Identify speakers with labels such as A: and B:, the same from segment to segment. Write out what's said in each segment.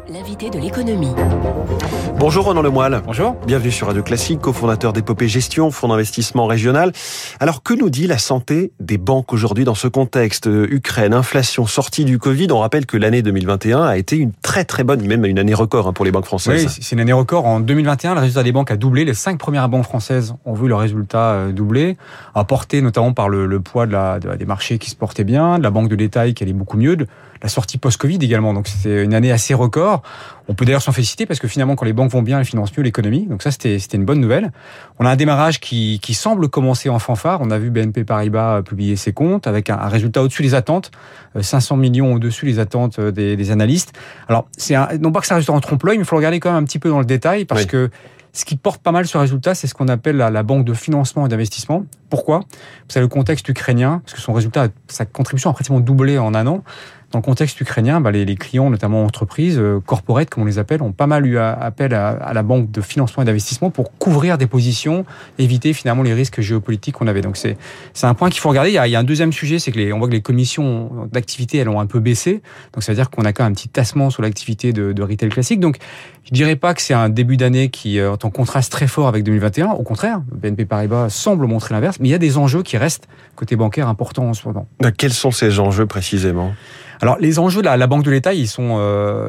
A: L'invité de l'économie.
B: Bonjour Ronan Lemoyle.
C: Bonjour.
B: Bienvenue sur Radio Classique, cofondateur d'Épopée Gestion, fonds d'investissement régional. Alors que nous dit la santé des banques aujourd'hui dans ce contexte ? Ukraine, inflation, sortie du Covid. On rappelle que l'année 2021 a été une très très bonne, même une année record pour les banques françaises.
C: Oui, c'est une année record. En 2021, le résultat des banques a doublé. Les 5 premières banques françaises ont vu leur résultat doubler, apporté notamment par le poids des marchés qui se portaient bien, de la banque de détail qui allait beaucoup mieux, de la sortie post-Covid également. Donc c'était une année assez record. On peut d'ailleurs s'en féliciter parce que finalement, quand les banques vont bien, elles financent mieux l'économie. Donc ça, c'était une bonne nouvelle. On a un démarrage qui semble commencer en fanfare. On a vu BNP Paribas publier ses comptes avec un résultat au-dessus des attentes, 500 millions au-dessus des attentes des analystes. Alors, non pas que c'est un résultat en trompe-l'œil, mais il faut le regarder quand même un petit peu dans le détail parce que ce qui porte pas mal ce résultat, c'est ce qu'on appelle la banque de financement et d'investissement. Pourquoi ? C'est le contexte ukrainien, parce que son résultat, sa contribution a pratiquement doublé en un an. Dans le contexte ukrainien, les clients, notamment entreprises, corporate, comme on les appelle, ont pas mal eu appel à la banque de financement et d'investissement pour couvrir des positions, éviter finalement les risques géopolitiques qu'on avait. Donc c'est un point qu'il faut regarder. Il y a un deuxième sujet, c'est que on voit que les commissions d'activité, elles ont un peu baissé. Donc ça veut dire qu'on a quand même un petit tassement sur l'activité de retail classique. Donc je dirais pas que c'est un début d'année qui est en contraste très fort avec 2021. Au contraire, BNP Paribas semble montrer l'inverse. Mais il y a des enjeux qui restent côté bancaire importants en ce moment.
B: Quels sont ces enjeux précisément ?
C: Alors les enjeux de la banque de l'État, ils sont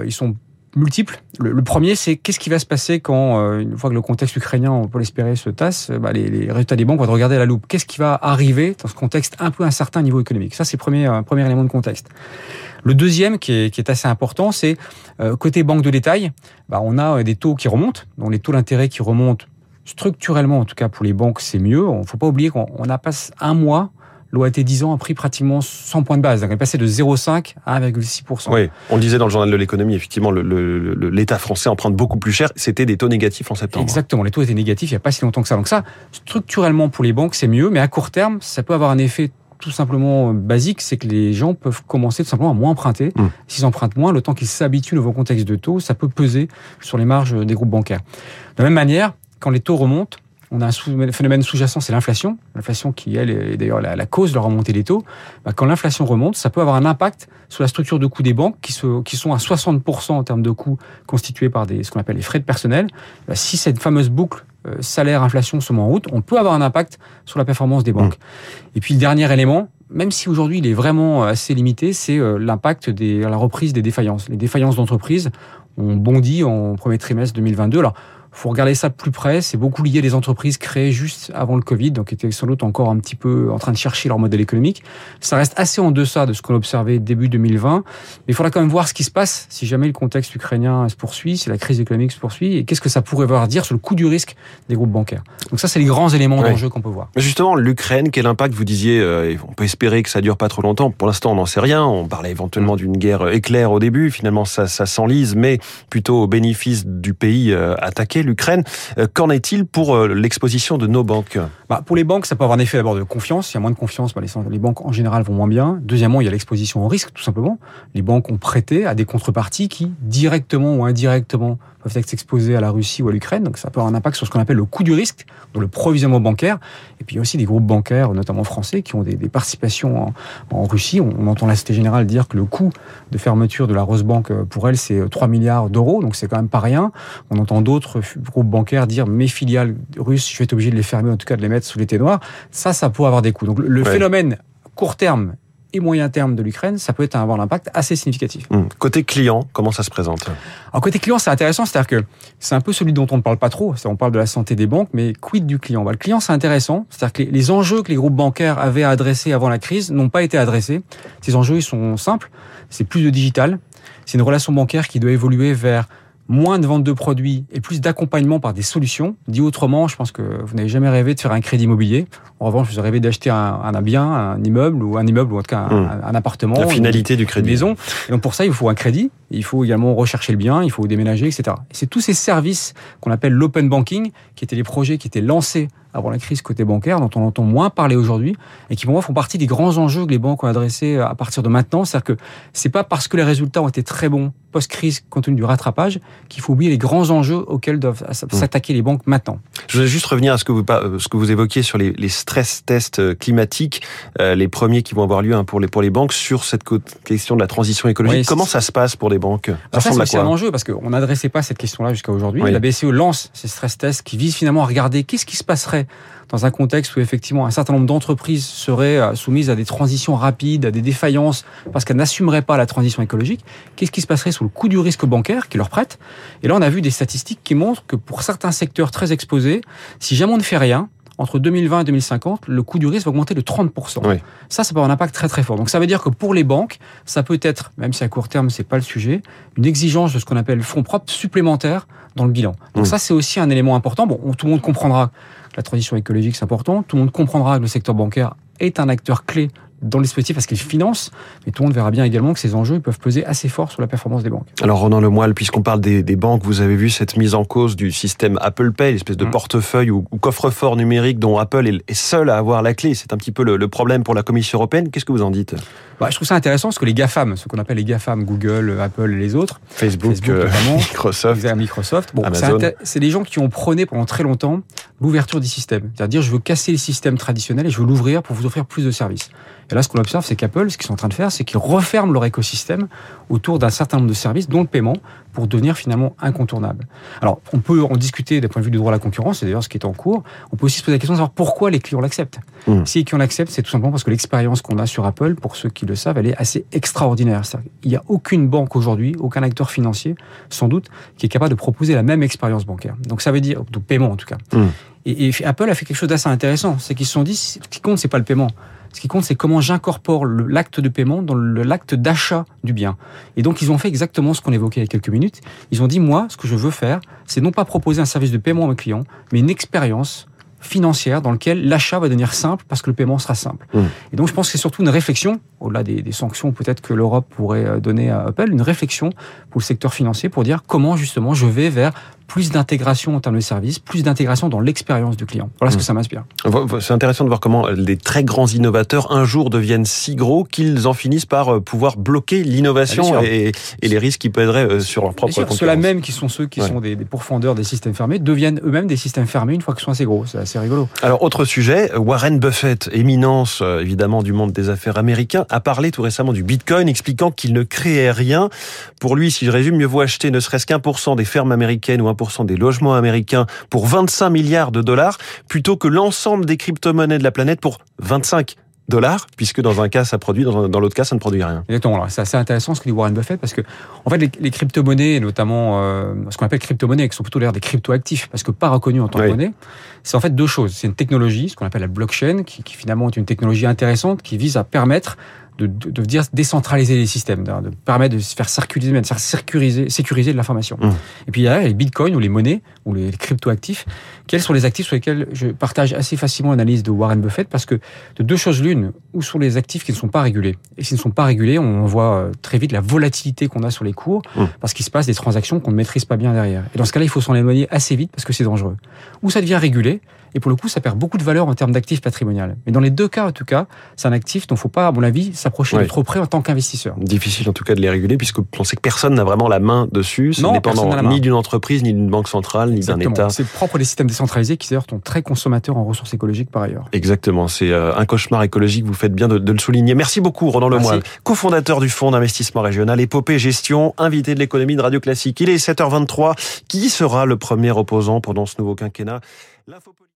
C: multiples. Le premier, c'est qu'est-ce qui va se passer quand, une fois que le contexte ukrainien, on peut l'espérer, se tasse, les résultats des banques vont regarder à la loupe. Qu'est-ce qui va arriver dans ce contexte un peu incertain au niveau économique ? Ça, c'est le premier élément de contexte. Le deuxième, qui est assez important, c'est côté banque de détail, on a des taux qui remontent, donc les taux d'intérêt qui remontent structurellement, en tout cas pour les banques, c'est mieux. Il ne faut pas oublier qu'on a passé un mois. L'OAT 10 ans a pris pratiquement 100 points de base. Donc, elle est passée de 0,5 à 1,6%.
B: Oui, on le disait dans le journal de l'économie, effectivement, l'État français emprunte beaucoup plus cher. C'était des taux négatifs en septembre.
C: Exactement, les taux étaient négatifs il n'y a pas si longtemps que ça. Donc ça, structurellement, pour les banques, c'est mieux. Mais à court terme, ça peut avoir un effet tout simplement basique, c'est que les gens peuvent commencer tout simplement à moins emprunter. S'ils empruntent moins, le temps qu'ils s'habituent au nouveau contexte de taux, ça peut peser sur les marges des groupes bancaires. De la même manière, quand les taux remontent, on a un phénomène sous-jacent, c'est l'inflation. L'inflation qui, elle, est d'ailleurs la cause de la remontée des taux. Quand l'inflation remonte, ça peut avoir un impact sur la structure de coûts des banques qui sont à 60% en termes de coûts constitués par ce qu'on appelle les frais de personnel. Si cette fameuse boucle salaire-inflation se met en route, on peut avoir un impact sur la performance des banques. Et puis le dernier élément, même si aujourd'hui il est vraiment assez limité, c'est l'impact la reprise des défaillances. Les défaillances d'entreprises ont bondi en premier trimestre 2022. Alors, faut regarder ça de plus près. C'est beaucoup lié à des entreprises créées juste avant le Covid, donc qui étaient sans doute encore un petit peu en train de chercher leur modèle économique. Ça reste assez en deçà de ce qu'on observait début 2020. Mais il faudra quand même voir ce qui se passe si jamais le contexte ukrainien se poursuit, si la crise économique se poursuit, et qu'est-ce que ça pourrait vouloir dire sur le coût du risque des groupes bancaires. Donc ça, c'est les grands éléments d'enjeu qu'on peut voir.
B: Mais justement, l'Ukraine, quel impact vous disiez on peut espérer que ça dure pas trop longtemps. Pour l'instant, on n'en sait rien. On parlait éventuellement d'une guerre éclair au début. Finalement, ça s'enlise, mais plutôt au bénéfice du pays attaqué, l'Ukraine. Qu'en est-il pour l'exposition de nos banques ?
C: Pour les banques, ça peut avoir un effet d'abord de confiance. Il y a moins de confiance, les banques en général vont moins bien. Deuxièmement, il y a l'exposition au risque, tout simplement. Les banques ont prêté à des contreparties qui, directement ou indirectement, peuvent être exposées à la Russie ou à l'Ukraine. Donc ça peut avoir un impact sur ce qu'on appelle le coût du risque, donc le provisionnement bancaire. Et puis il y a aussi des groupes bancaires, notamment français, qui ont des participations en Russie. On entend la Société Générale dire que le coût de fermeture de la Rosbank, pour elle, c'est 3 milliards d'euros. Donc c'est quand même pas rien. On entend d'autres groupes bancaires dire mes filiales russes, je vais être obligé de les fermer, en tout cas de les mettre sous l'été noir. Ça pourrait avoir des coûts. Donc le phénomène court terme et moyen terme de l'Ukraine, ça peut avoir un impact assez significatif.
B: Côté client, comment ça se présente ?
C: Alors côté client, c'est intéressant, c'est-à-dire que c'est un peu celui dont on ne parle pas trop. On parle de la santé des banques, mais quid du client ? Le client, c'est intéressant, c'est-à-dire que les enjeux que les groupes bancaires avaient à adresser avant la crise n'ont pas été adressés. Ces enjeux, ils sont simples. C'est plus de digital. C'est une relation bancaire qui doit évoluer vers moins de vente de produits et plus d'accompagnement par des solutions. Dit autrement, je pense que vous n'avez jamais rêvé de faire un crédit immobilier. En revanche, vous avez rêvé d'acheter un bien, un immeuble ou en tout cas un appartement.
B: La finalité du crédit.
C: Une maison. Et donc pour ça, il vous faut un crédit. Il faut également rechercher le bien, il faut déménager, etc. Et c'est tous ces services qu'on appelle l'open banking, qui étaient les projets qui étaient lancés avant la crise côté bancaire, dont on entend moins parler aujourd'hui, et qui pour moi font partie des grands enjeux que les banques ont adressés à partir de maintenant. C'est-à-dire que c'est pas parce que les résultats ont été très bons post-crise, compte tenu du rattrapage, qu'il faut oublier les grands enjeux auxquels doivent s'attaquer les banques maintenant.
B: Je voudrais juste revenir à ce que vous évoquiez sur les stress tests climatiques, les premiers qui vont avoir lieu pour les banques, sur cette question de la transition écologique. Oui, comment ça se passe pour les banques?
C: Ça c'est aussi un enjeu, parce qu'on n'adressait pas cette question-là jusqu'à aujourd'hui. Oui. La BCE lance ces stress tests qui visent finalement à regarder qu'est-ce qui se passerait dans un contexte où effectivement un certain nombre d'entreprises seraient soumises à des transitions rapides, à des défaillances, parce qu'elles n'assumeraient pas la transition écologique. Qu'est-ce qui se passerait sous le coup du risque bancaire qui leur prête? Et là, on a vu des statistiques qui montrent que pour certains secteurs très exposés, si jamais on ne fait rien, entre 2020 et 2050, le coût du risque va augmenter de 30%. Oui. Ça peut avoir un impact très très fort. Donc ça veut dire que pour les banques, ça peut être, même si à court terme c'est pas le sujet, une exigence de ce qu'on appelle fonds propres supplémentaires dans le bilan. Donc ça c'est aussi un élément important. Bon, tout le monde comprendra que la transition écologique c'est important, tout le monde comprendra que le secteur bancaire est un acteur clé dans le dispositif parce qu'il finance, mais tout le monde verra bien également que ces enjeux peuvent peser assez fort sur la performance des banques.
B: Alors Ronan Lemoyle, puisqu'on parle des banques, vous avez vu cette mise en cause du système Apple Pay, l'espèce de portefeuille ou coffre-fort numérique dont Apple est seul à avoir la clé. C'est un petit peu le problème pour la Commission européenne. Qu'est-ce que vous en dites?
C: Je trouve ça intéressant parce que les GAFAM, ce qu'on appelle les GAFAM, Google, Apple et les autres,
B: Facebook notamment,
C: Microsoft, c'est des gens qui ont prôné pendant très longtemps l'ouverture du système. C'est-à-dire, je veux casser le système traditionnel et je veux l'ouvrir pour vous offrir plus de services. Et là, ce qu'on observe, c'est qu'Apple, ce qu'ils sont en train de faire, c'est qu'ils referment leur écosystème autour d'un certain nombre de services, dont le paiement, pour devenir finalement incontournable. Alors, on peut en discuter d'un point de vue du droit à la concurrence, c'est d'ailleurs ce qui est en cours. On peut aussi se poser la question de savoir pourquoi les clients l'acceptent. Si les clients l'acceptent, c'est tout simplement parce que l'expérience qu'on a sur Apple, pour ceux qui le savent, elle est assez extraordinaire. C'est-à-dire, il n'y a aucune banque aujourd'hui, aucun acteur financier, sans doute, qui est capable de proposer la même expérience bancaire. Donc ça veut dire, de paiement en tout cas. Et Apple a fait quelque chose d'assez intéressant, c'est qu'ils se sont dit, ce qui compte, c'est pas le paiement. Ce qui compte, c'est comment j'incorpore l'acte de paiement dans l'acte d'achat du bien. Et donc, ils ont fait exactement ce qu'on évoquait il y a quelques minutes. Ils ont dit, moi, ce que je veux faire, c'est non pas proposer un service de paiement à mes clients, mais une expérience financière dans laquelle l'achat va devenir simple parce que le paiement sera simple. Et donc, je pense que c'est surtout une réflexion, au-delà des sanctions peut-être que l'Europe pourrait donner à Apple, une réflexion pour le secteur financier pour dire comment, justement, je vais vers plus d'intégration en termes de services, plus d'intégration dans l'expérience du client. Voilà ce que ça m'inspire.
B: C'est intéressant de voir comment les très grands innovateurs un jour deviennent si gros qu'ils en finissent par pouvoir bloquer l'innovation et les risques qui pèseraient sur leur propre concurrence.
C: Ceux-là même qui sont ceux qui sont des pourfendeurs des systèmes fermés deviennent eux-mêmes des systèmes fermés une fois qu'ils sont assez gros. C'est assez rigolo.
B: Alors, autre sujet, Warren Buffett, éminence évidemment du monde des affaires américain, a parlé tout récemment du Bitcoin, expliquant qu'il ne créait rien. Pour lui, si je résume, mieux vaut acheter ne serait-ce qu'1% des fermes américaines ou 1% des logements américains pour 25 milliards de dollars, plutôt que l'ensemble des crypto-monnaies de la planète pour 25 dollars, puisque dans un cas ça produit, dans l'autre cas ça ne produit rien.
C: Exactement. C'est assez intéressant ce que dit Warren Buffett, parce que en fait les crypto-monnaies, notamment ce qu'on appelle crypto-monnaies, qui sont plutôt l'air des crypto-actifs, parce que pas reconnus en tant que monnaie, c'est en fait deux choses. C'est une technologie, ce qu'on appelle la blockchain, qui finalement est une technologie intéressante, qui vise à permettre de décentraliser les systèmes, de permettre de se faire circuler, de faire sécuriser de l'information. Et puis il y a les bitcoins ou les monnaies ou les crypto-actifs. Quels sont les actifs sur lesquels je partage assez facilement l'analyse de Warren Buffett, parce que de deux choses l'une, où sont les actifs qui ne sont pas régulés. Et s'ils ne sont pas régulés, on voit très vite la volatilité qu'on a sur les cours, parce qu'il se passe des transactions qu'on ne maîtrise pas bien derrière. Et dans ce cas-là, il faut s'en éloigner assez vite parce que c'est dangereux. Ou ça devient régulé, et pour le coup, ça perd beaucoup de valeur en termes d'actifs patrimonial. Mais dans les deux cas, en tout cas, c'est un actif dont il ne faut pas, à mon avis, s'approcher de trop près en tant qu'investisseur.
B: Difficile en tout cas de les réguler, puisque on sait que personne n'a vraiment la main dessus. Ce n'est dépendant ni d'une entreprise, ni d'une banque centrale, ni d'un État.
C: C'est propre des systèmes décentralisés qui d'ailleurs sont très consommateurs en ressources écologiques par ailleurs.
B: Exactement, c'est un cauchemar écologique, vous faites bien de le souligner. Merci beaucoup Ronan Lemoyle, cofondateur du fonds d'investissement régional Épopée Gestion, invité de l'économie de Radio Classique. Il est 7h23. Qui sera le premier opposant pendant ce nouveau quinquennat?